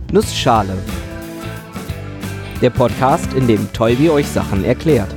Nussschale. Der Podcast, in dem Tolbi euch Sachen erklärt.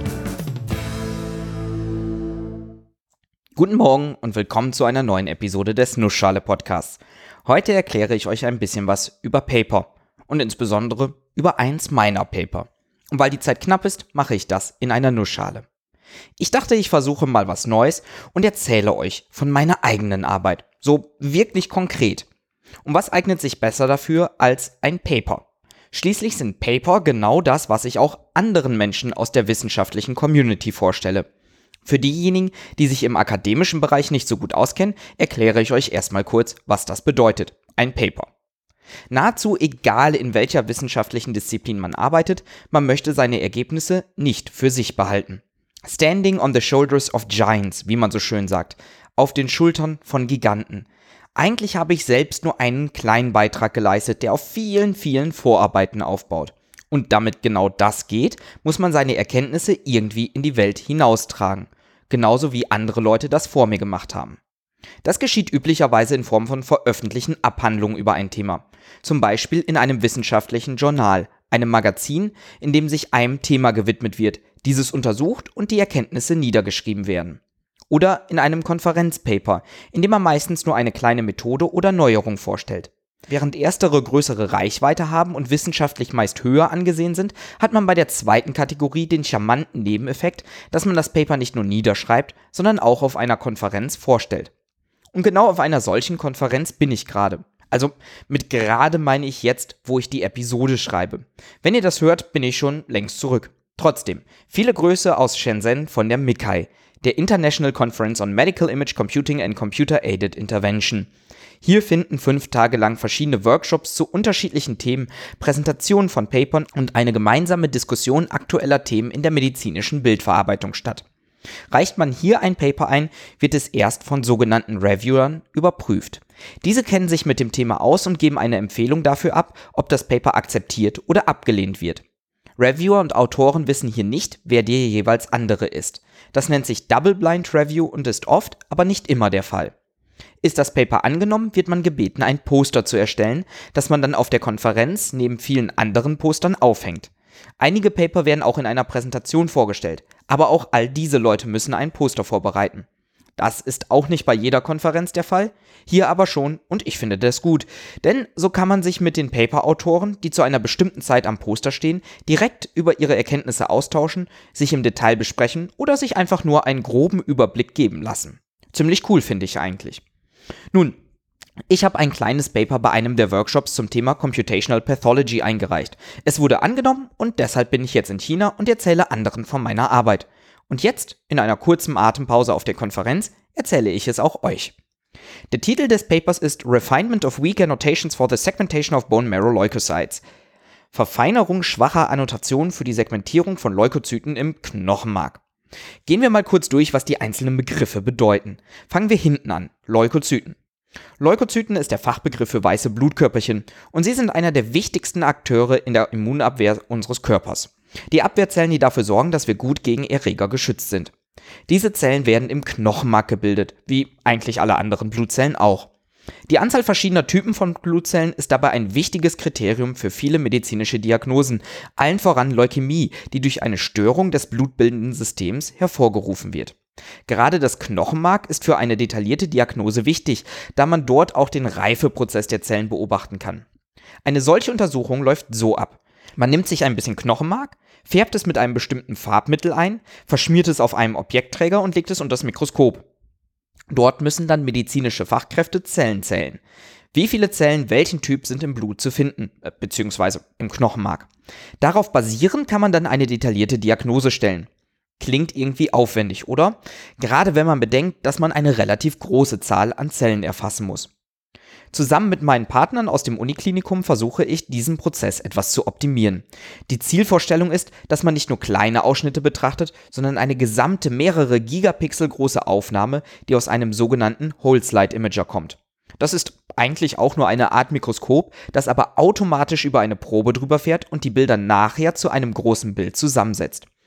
Guten Morgen und willkommen zu einer neuen Episode des Nussschale Podcasts. Heute erkläre ich euch ein bisschen was über Paper und insbesondere über eins meiner Paper. Und weil die Zeit knapp ist, mache ich das in einer Nussschale. Ich dachte, ich versuche mal was Neues und erzähle euch von meiner eigenen Arbeit. So wirklich konkret. Und was eignet sich besser dafür als ein Paper? Schließlich sind Paper genau das, was ich auch anderen Menschen aus der wissenschaftlichen Community vorstelle. Für diejenigen, die sich im akademischen Bereich nicht so gut auskennen, erkläre ich euch erstmal kurz, was das bedeutet. Ein Paper. Nahezu egal, in welcher wissenschaftlichen Disziplin man arbeitet, man möchte seine Ergebnisse nicht für sich behalten. Standing on the shoulders of giants, wie man so schön sagt. Auf den Schultern von Giganten. Eigentlich habe ich selbst nur einen kleinen Beitrag geleistet, der auf vielen, vielen Vorarbeiten aufbaut. Und damit genau das geht, muss man seine Erkenntnisse irgendwie in die Welt hinaustragen. Genauso wie andere Leute das vor mir gemacht haben. Das geschieht üblicherweise in Form von veröffentlichten Abhandlungen über ein Thema. Zum Beispiel in einem wissenschaftlichen Journal, einem Magazin, in dem sich einem Thema gewidmet wird, dieses untersucht und die Erkenntnisse niedergeschrieben werden. Oder in einem Konferenzpaper, in dem man meistens nur eine kleine Methode oder Neuerung vorstellt. Während erstere größere Reichweite haben und wissenschaftlich meist höher angesehen sind, hat man bei der zweiten Kategorie den charmanten Nebeneffekt, dass man das Paper nicht nur niederschreibt, sondern auch auf einer Konferenz vorstellt. Und genau auf einer solchen Konferenz bin ich gerade. Also mit gerade meine ich jetzt, wo ich die Episode schreibe. Wenn ihr das hört, bin ich schon längst zurück. Trotzdem, viele Grüße aus Shenzhen von der MICCAI, der International Conference on Medical Image Computing and Computer-Aided Intervention. Hier finden 5 Tage lang verschiedene Workshops zu unterschiedlichen Themen, Präsentationen von Papern und eine gemeinsame Diskussion aktueller Themen in der medizinischen Bildverarbeitung statt. Reicht man hier ein Paper ein, wird es erst von sogenannten Reviewern überprüft. Diese kennen sich mit dem Thema aus und geben eine Empfehlung dafür ab, ob das Paper akzeptiert oder abgelehnt wird. Reviewer und Autoren wissen hier nicht, wer der jeweils andere ist. Das nennt sich Double Blind Review und ist oft, aber nicht immer der Fall. Ist das Paper angenommen, wird man gebeten, ein Poster zu erstellen, das man dann auf der Konferenz neben vielen anderen Postern aufhängt. Einige Paper werden auch in einer Präsentation vorgestellt, aber auch all diese Leute müssen ein Poster vorbereiten. Das ist auch nicht bei jeder Konferenz der Fall, hier aber schon und ich finde das gut, denn so kann man sich mit den Paper-Autoren, die zu einer bestimmten Zeit am Poster stehen, direkt über ihre Erkenntnisse austauschen, sich im Detail besprechen oder sich einfach nur einen groben Überblick geben lassen. Ziemlich cool finde ich eigentlich. Nun, ich habe ein kleines Paper bei einem der Workshops zum Thema Computational Pathology eingereicht. Es wurde angenommen und deshalb bin ich jetzt in China und erzähle anderen von meiner Arbeit. Und jetzt, in einer kurzen Atempause auf der Konferenz, erzähle ich es auch euch. Der Titel des Papers ist Refinement of Weak Annotations for the Segmentation of Bone Marrow Leukocytes. Verfeinerung schwacher Annotationen für die Segmentierung von Leukozyten im Knochenmark. Gehen wir mal kurz durch, was die einzelnen Begriffe bedeuten. Fangen wir hinten an. Leukozyten. Leukozyten ist der Fachbegriff für weiße Blutkörperchen und sie sind einer der wichtigsten Akteure in der Immunabwehr unseres Körpers. Die Abwehrzellen, die dafür sorgen, dass wir gut gegen Erreger geschützt sind. Diese Zellen werden im Knochenmark gebildet, wie eigentlich alle anderen Blutzellen auch. Die Anzahl verschiedener Typen von Blutzellen ist dabei ein wichtiges Kriterium für viele medizinische Diagnosen, allen voran Leukämie, die durch eine Störung des blutbildenden Systems hervorgerufen wird. Gerade das Knochenmark ist für eine detaillierte Diagnose wichtig, da man dort auch den Reifeprozess der Zellen beobachten kann. Eine solche Untersuchung läuft so ab. Man nimmt sich ein bisschen Knochenmark, färbt es mit einem bestimmten Farbmittel ein, verschmiert es auf einem Objektträger und legt es unter das Mikroskop. Dort müssen dann medizinische Fachkräfte Zellen zählen. Wie viele Zellen welchen Typ sind im Blut zu finden, beziehungsweise im Knochenmark. Darauf basierend kann man dann eine detaillierte Diagnose stellen. Klingt irgendwie aufwendig, oder? Gerade wenn man bedenkt, dass man eine relativ große Zahl an Zellen erfassen muss. Zusammen mit meinen Partnern aus dem Uniklinikum versuche ich, diesen Prozess etwas zu optimieren. Die Zielvorstellung ist, dass man nicht nur kleine Ausschnitte betrachtet, sondern eine gesamte mehrere Gigapixel große Aufnahme, die aus einem sogenannten Whole Slide Imager kommt. Das ist eigentlich auch nur eine Art Mikroskop, das aber automatisch über eine Probe drüber fährt und die Bilder nachher zu einem großen Bild zusammensetzt.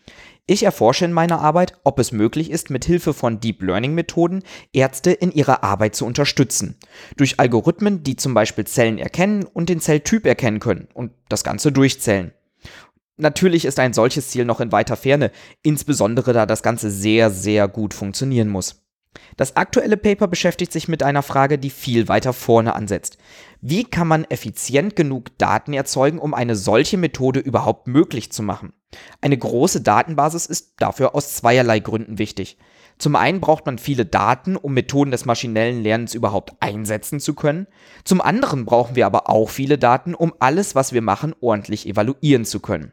Ich erforsche in meiner Arbeit, ob es möglich ist, mit Hilfe von Deep Learning Methoden Ärzte in ihrer Arbeit zu unterstützen. Durch Algorithmen, die zum Beispiel Zellen erkennen und den Zelltyp erkennen können und das Ganze durchzählen. Natürlich ist ein solches Ziel noch in weiter Ferne, insbesondere da das Ganze sehr, sehr gut funktionieren muss. Das aktuelle Paper beschäftigt sich mit einer Frage, die viel weiter vorne ansetzt. Wie kann man effizient genug Daten erzeugen, um eine solche Methode überhaupt möglich zu machen? Eine große Datenbasis ist dafür aus zweierlei Gründen wichtig. Zum einen braucht man viele Daten, um Methoden des maschinellen Lernens überhaupt einsetzen zu können. Zum anderen brauchen wir aber auch viele Daten, um alles, was wir machen, ordentlich evaluieren zu können.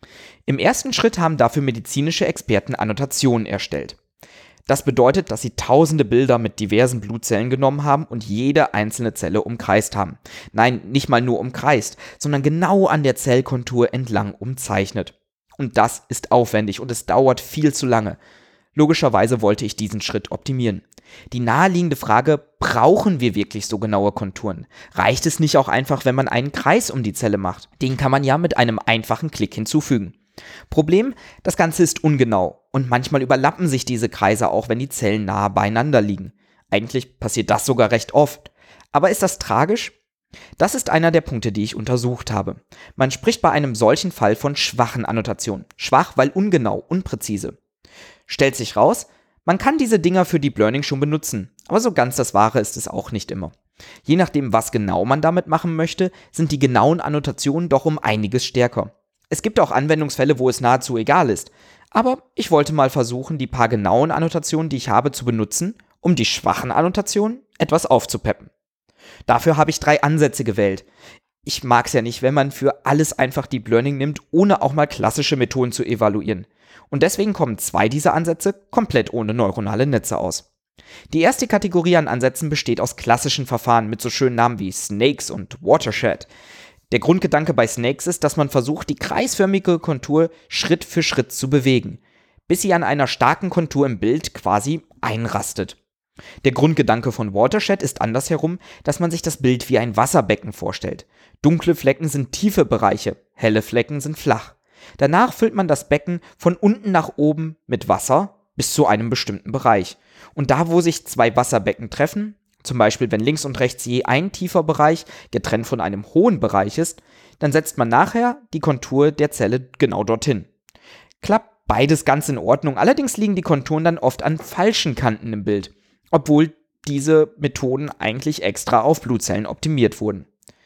Im ersten Schritt haben dafür medizinische Experten Annotationen erstellt. Das bedeutet, dass sie tausende Bilder mit diversen Blutzellen genommen haben und jede einzelne Zelle umkreist haben. Nein, nicht mal nur umkreist, sondern genau an der Zellkontur entlang umzeichnet. Und das ist aufwendig und es dauert viel zu lange. Logischerweise wollte ich diesen Schritt optimieren. Die naheliegende Frage, brauchen wir wirklich so genaue Konturen? Reicht es nicht auch einfach, wenn man einen Kreis um die Zelle macht? Den kann man ja mit einem einfachen Klick hinzufügen. Problem, das Ganze ist ungenau und manchmal überlappen sich diese Kreise auch, wenn die Zellen nahe beieinander liegen. Eigentlich passiert das sogar recht oft. Aber ist das tragisch? Das ist einer der Punkte, die ich untersucht habe. Man spricht bei einem solchen Fall von schwachen Annotationen. Schwach, weil ungenau, unpräzise. Stellt sich raus, man kann diese Dinger für Deep Learning schon benutzen, aber so ganz das Wahre ist es auch nicht immer. Je nachdem, was genau man damit machen möchte, sind die genauen Annotationen doch um einiges stärker. Es gibt auch Anwendungsfälle, wo es nahezu egal ist, aber ich wollte mal versuchen, die paar genauen Annotationen, die ich habe, zu benutzen, um die schwachen Annotationen etwas aufzupeppen. Dafür habe ich 3 Ansätze gewählt. Ich mag es ja nicht, wenn man für alles einfach Deep Learning nimmt, ohne auch mal klassische Methoden zu evaluieren. Und deswegen kommen 2 dieser Ansätze komplett ohne neuronale Netze aus. Die erste Kategorie an Ansätzen besteht aus klassischen Verfahren mit so schönen Namen wie Snakes und Watershed. Der Grundgedanke bei Snakes ist, dass man versucht, die kreisförmige Kontur Schritt für Schritt zu bewegen, bis sie an einer starken Kontur im Bild quasi einrastet. Der Grundgedanke von Watershed ist andersherum, dass man sich das Bild wie ein Wasserbecken vorstellt. Dunkle Flecken sind tiefe Bereiche, helle Flecken sind flach. Danach füllt man das Becken von unten nach oben mit Wasser bis zu einem bestimmten Bereich. Und da, wo sich 2 Wasserbecken treffen, zum Beispiel wenn links und rechts je ein tiefer Bereich getrennt von einem hohen Bereich ist, dann setzt man nachher die Kontur der Zelle genau dorthin. Klappt beides ganz in Ordnung, allerdings liegen die Konturen dann oft an falschen Kanten im Bild, obwohl diese Methoden eigentlich extra auf Blutzellen optimiert wurden.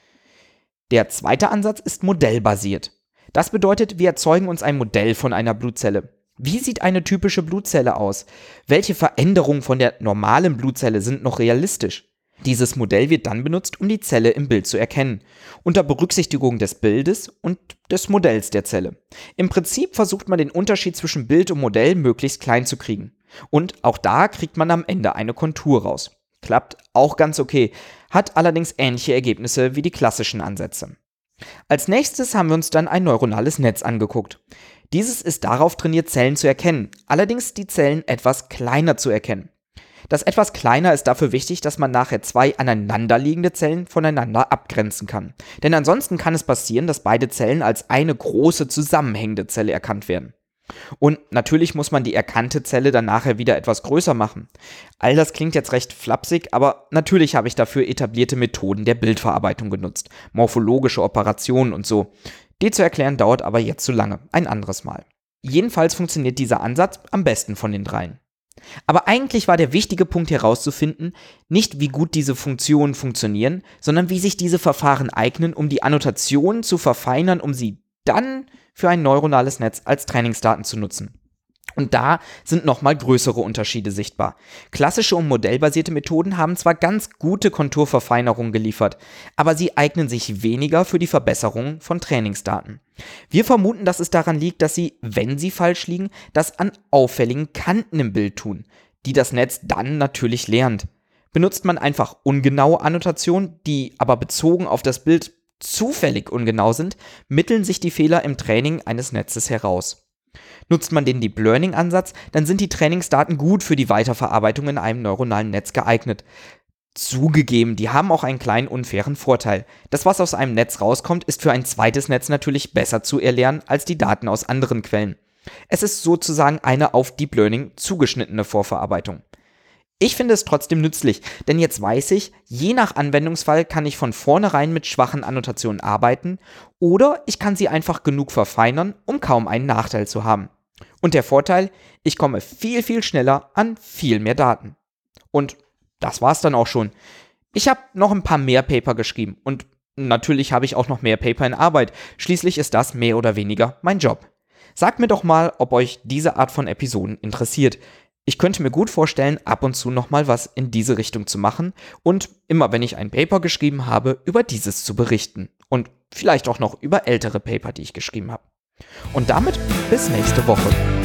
Der zweite Ansatz ist modellbasiert. Das bedeutet, wir erzeugen uns ein Modell von einer Blutzelle. Wie sieht eine typische Blutzelle aus? Welche Veränderungen von der normalen Blutzelle sind noch realistisch? Dieses Modell wird dann benutzt, um die Zelle im Bild zu erkennen, unter Berücksichtigung des Bildes und des Modells der Zelle. Im Prinzip versucht man den Unterschied zwischen Bild und Modell möglichst klein zu kriegen. Und auch da kriegt man am Ende eine Kontur raus. Klappt auch ganz okay, hat allerdings ähnliche Ergebnisse wie die klassischen Ansätze. Als nächstes haben wir uns dann ein neuronales Netz angeguckt. Dieses ist darauf trainiert, Zellen zu erkennen, allerdings die Zellen etwas kleiner zu erkennen. Das etwas kleiner ist dafür wichtig, dass man nachher 2 aneinanderliegende Zellen voneinander abgrenzen kann. Denn ansonsten kann es passieren, dass beide Zellen als eine große zusammenhängende Zelle erkannt werden. Und natürlich muss man die erkannte Zelle dann nachher wieder etwas größer machen. All das klingt jetzt recht flapsig, aber natürlich habe ich dafür etablierte Methoden der Bildverarbeitung genutzt, morphologische Operationen und so. Die zu erklären dauert aber jetzt zu lange, ein anderes Mal. Jedenfalls funktioniert dieser Ansatz am besten von den 3. Aber eigentlich war der wichtige Punkt herauszufinden, nicht wie gut diese Funktionen funktionieren, sondern wie sich diese Verfahren eignen, um die Annotationen zu verfeinern, um sie dann für ein neuronales Netz als Trainingsdaten zu nutzen. Und da sind nochmal größere Unterschiede sichtbar. Klassische und modellbasierte Methoden haben zwar ganz gute Konturverfeinerungen geliefert, aber sie eignen sich weniger für die Verbesserung von Trainingsdaten. Wir vermuten, dass es daran liegt, dass sie, wenn sie falsch liegen, das an auffälligen Kanten im Bild tun, die das Netz dann natürlich lernt. Benutzt man einfach ungenaue Annotationen, die aber bezogen auf das Bild zufällig ungenau sind, mitteln sich die Fehler im Training eines Netzes heraus. Nutzt man den Deep Learning Ansatz, dann sind die Trainingsdaten gut für die Weiterverarbeitung in einem neuronalen Netz geeignet. Zugegeben, die haben auch einen kleinen unfairen Vorteil. Das, was aus einem Netz rauskommt, ist für ein zweites Netz natürlich besser zu erlernen als die Daten aus anderen Quellen. Es ist sozusagen eine auf Deep Learning zugeschnittene Vorverarbeitung. Ich finde es trotzdem nützlich, denn jetzt weiß ich, je nach Anwendungsfall kann ich von vornherein mit schwachen Annotationen arbeiten oder ich kann sie einfach genug verfeinern, um kaum einen Nachteil zu haben. Und der Vorteil, ich komme viel, viel schneller an viel mehr Daten. Und das war's dann auch schon. Ich habe noch ein paar mehr Paper geschrieben und natürlich habe ich auch noch mehr Paper in Arbeit. Schließlich ist das mehr oder weniger mein Job. Sagt mir doch mal, ob euch diese Art von Episoden interessiert. Ich könnte mir gut vorstellen, ab und zu nochmal was in diese Richtung zu machen und immer wenn ich ein Paper geschrieben habe, über dieses zu berichten. Und vielleicht auch noch über ältere Paper, die ich geschrieben habe. Und damit bis nächste Woche.